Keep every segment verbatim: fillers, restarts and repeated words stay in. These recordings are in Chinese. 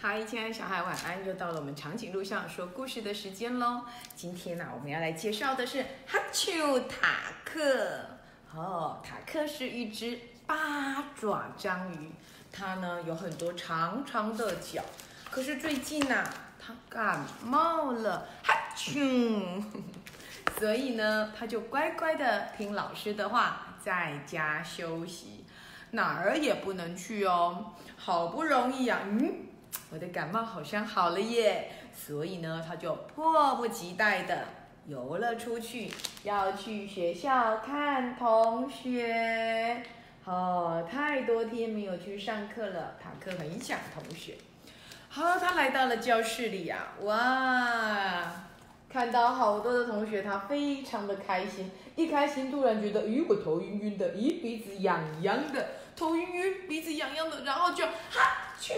嗨，亲爱的小孩，晚安！又到了我们长颈鹿上说故事的时间喽。今天呢、啊，我们要来介绍的是哈丘塔克。哦，塔克是一只八爪章鱼，它呢有很多长长的脚。可是最近呢、啊，它感冒了，哈丘，所以呢，它就乖乖的听老师的话，在家休息，哪儿也不能去哦。好不容易啊，嗯。我的感冒好像好了耶，所以呢，他就迫不及待的游了出去，要去学校看同学。哦，太多天没有去上课了，塔克很想同学。好，他来到了教室里啊，哇，看到好多的同学，他非常的开心。一开心，突然觉得，咦，我头晕晕的，咦，鼻子痒痒的，头晕晕，鼻子痒痒的，然后就哈啾。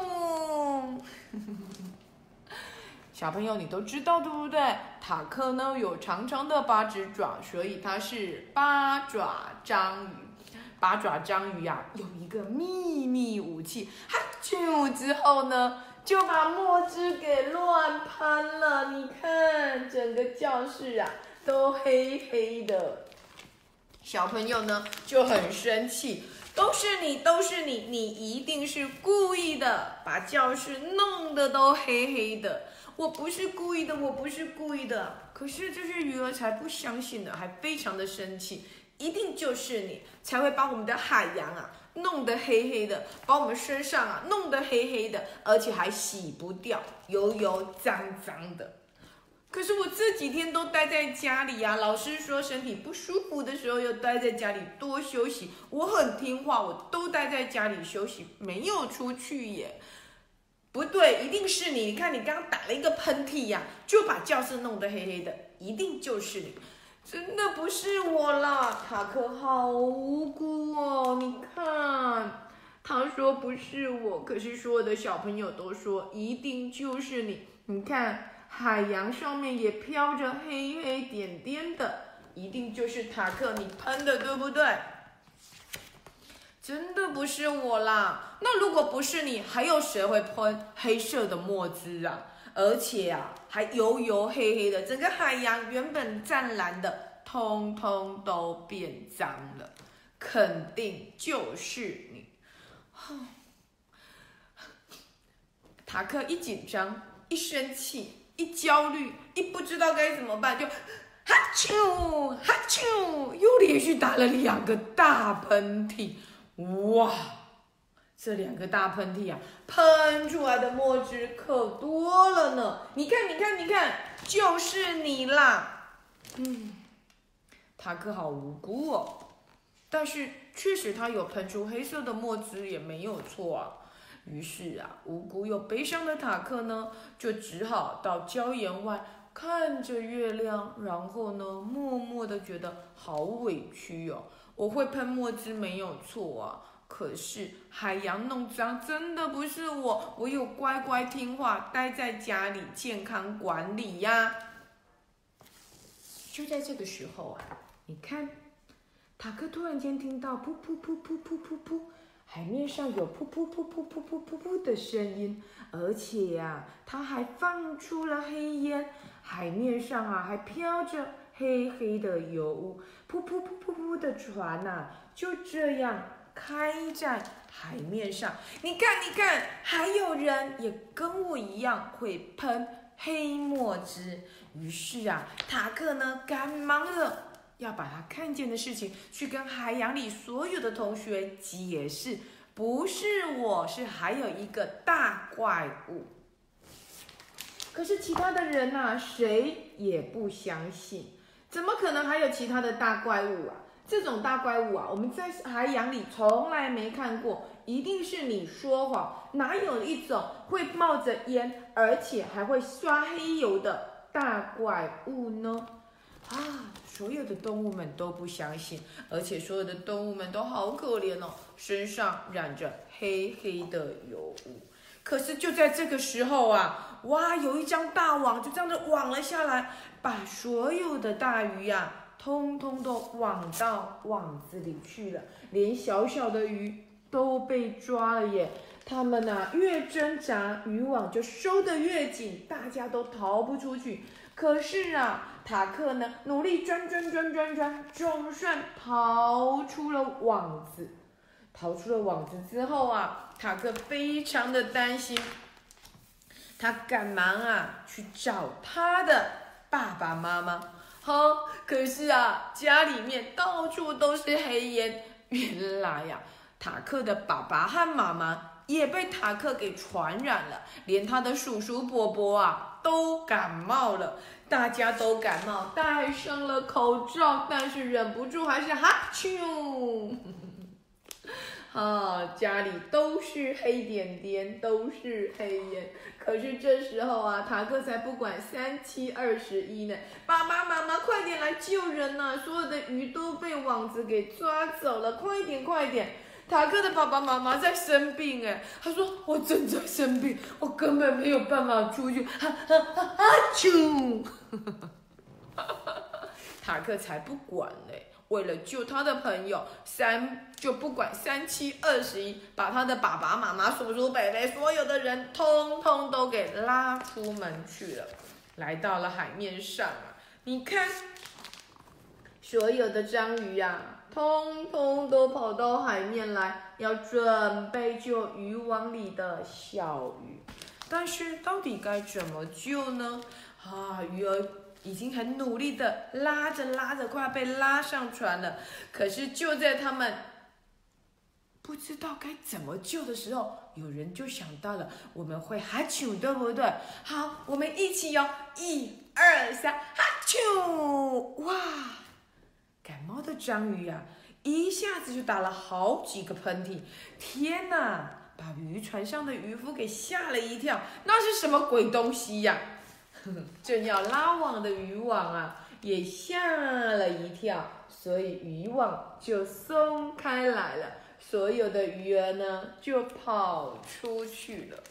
小朋友，你都知道对不对？塔克呢有长长的八只爪，所以它是八爪章鱼。八爪章鱼啊，有一个秘密武器，哈啾之后呢，就把墨汁给乱喷了。你看，整个教室啊都黑黑的。小朋友呢就很生气。都是你，都是你，你一定是故意的，把教室弄得都黑黑的。我不是故意的，我不是故意的。可是这些鱼儿才不相信呢，还非常的生气，一定就是你才会把我们的海洋啊弄得黑黑的，把我们身上啊弄得黑黑的，而且还洗不掉，油油脏脏的。可是我这几天都待在家里呀、啊，老师说身体不舒服的时候要待在家里多休息，我很听话，我都待在家里休息，没有出去耶。不对，一定是你，你看你刚刚打了一个喷嚏呀、啊，就把教室弄得黑黑的，一定就是你，真的不是我啦。塔克好无辜哦，你看，他说不是我，可是所有的小朋友都说一定就是你，你看。海洋上面也飘着黑黑点点的，一定就是塔克你喷的，对不对？真的不是我啦。那如果不是你，还有谁会喷黑色的墨汁啊？而且啊，还油油黑黑的，整个海洋原本湛蓝的，通通都变脏了。肯定就是你。塔克一紧张，一生气。一焦虑，一不知道该怎么办，就哈啾哈啾，又连续打了两个大喷嚏。哇，这两个大喷嚏啊，喷出来的墨汁可多了呢。你看，你看，你看，就是你啦。嗯，塔克好无辜哦，但是确实他有喷出黑色的墨汁，也没有错啊。于是啊，无辜又悲伤的塔克呢，就只好到礁岩外看着月亮，然后呢，默默的觉得好委屈哦。我会喷墨汁没有错啊，可是海洋弄脏真的不是我，我有乖乖听话，待在家里健康管理呀。就在这个时候啊，你看，塔克突然间听到噗噗噗噗噗噗噗。海面上有噗噗噗噗噗噗噗噗的声音，而且呀、啊，它还放出了黑烟，海面上啊还飘着黑黑的油污，噗噗噗噗噗的船呐、啊，就这样开在海面上。你看，你看，还有人也跟我一样会喷黑墨汁。于是啊，塔克呢赶忙了。要把他看见的事情去跟海洋里所有的同学解释，不是我，是还有一个大怪物。可是其他的人啊，谁也不相信，怎么可能还有其他的大怪物啊？这种大怪物啊，我们在海洋里从来没看过，一定是你说谎，哪有一种会冒着烟，而且还会刷黑油的大怪物呢？啊，所有的动物们都不相信，而且所有的动物们都好可怜哦，身上染着黑黑的油污。可是就在这个时候啊，哇，有一张大网就这样子网了下来，把所有的大鱼呀、啊，通通都网到网子里去了，连小小的鱼都被抓了耶。 他们啊越挣扎，渔网就收得越紧，大家都逃不出去。可是啊，塔克呢努力钻钻钻钻钻，总算逃出了网子。逃出了网子之后啊，塔克非常的担心，他赶忙啊去找他的爸爸妈妈。哈，可是啊，家里面到处都是黑烟。原来呀、啊，塔克的爸爸和妈妈也被塔克给传染了，连他的叔叔伯伯啊都感冒了。大家都感冒，戴上了口罩，但是忍不住还是哈啾。啊，家里都是黑点点，都是黑烟。可是这时候啊，塔克才不管三七二十一呢！爸爸妈妈，快点来救人呐、啊！所有的鱼都被网子给抓走了，快点快点！塔克的爸爸妈妈在生病哎，他说我正在生病，我根本没有办法出去，哈哈哈哈啾！塔克才不管嘞！为了救他的朋友，三就不管三七二十一，把他的爸爸妈妈、叔叔、伯伯所有的人，通通都给拉出门去了。来到了海面上啊，你看，所有的章鱼呀、啊，通通都跑到海面来，要准备救渔网里的小鱼。但是到底该怎么救呢？啊，鱼儿已经很努力的拉着拉着，快要被拉上船了。可是就在他们不知道该怎么救的时候，有人就想到了，我们会哈啾，对不对？好，我们一起哟，一二三，哈啾！哇，感冒的章鱼呀、啊，一下子就打了好几个喷嚏。天哪，把渔船上的渔夫给吓了一跳，那是什么鬼东西呀、啊？正要拉网的渔网啊，也吓了一跳，所以渔网就松开来了，所有的鱼儿呢就跑出去了。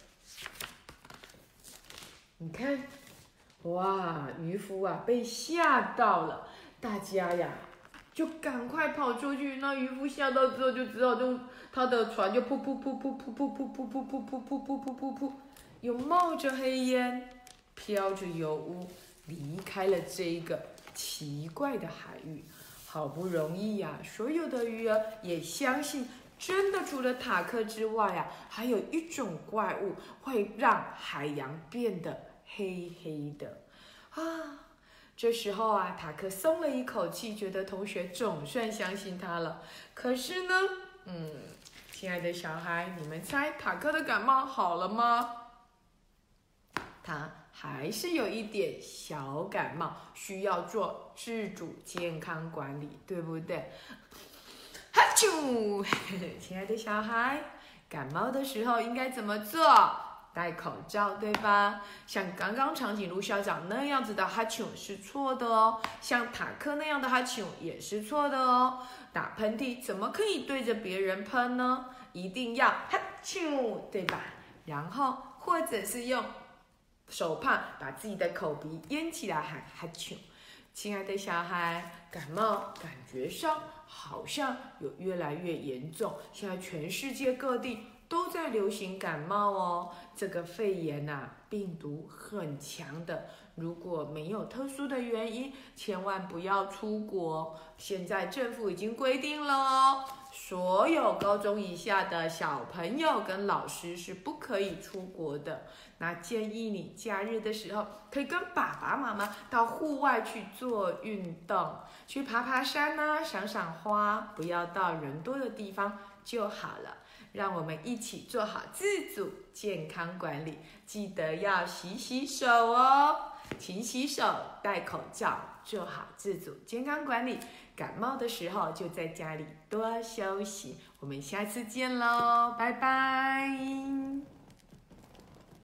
你看，哇，渔夫啊被吓到了，大家呀就赶快跑出去。那渔夫吓到之后，就只好用他的船就噗噗噗噗噗噗噗噗噗噗噗噗噗噗噗噗，又冒着黑烟。飘着油污离开了这个奇怪的海域，好不容易呀、啊，所有的鱼儿也相信，真的除了塔克之外啊，还有一种怪物会让海洋变得黑黑的啊。这时候啊，塔克松了一口气，觉得同学总算相信他了。可是呢，嗯，亲爱的小孩，你们猜塔克的感冒好了吗？他还是有一点小感冒，需要做自主健康管理，对不对？哈啾！亲爱的小孩，感冒的时候应该怎么做？戴口罩，对吧？像刚刚长颈鹿校长那样子的哈啾是错的哦，像塔克那样的哈啾也是错的哦。打喷嚏怎么可以对着别人喷呢？一定要哈啾，对吧？然后或者是用手帕把自己的口鼻淹起来喊哈啾。亲爱的小孩，感冒感觉上好像有越来越严重，现在全世界各地都在流行感冒哦。这个肺炎啊，病毒很强的，如果没有特殊的原因，千万不要出国。现在政府已经规定了哦，所有高中以下的小朋友跟老师是不可以出国的。那建议你假日的时候，可以跟爸爸妈妈到户外去做运动，去爬爬山啊，赏赏花，不要到人多的地方就好了。让我们一起做好自主健康管理，记得要洗洗手哦，勤洗手，戴口罩，做好自主健康管理。感冒的时候就在家里多休息。我们下次见喽，拜拜。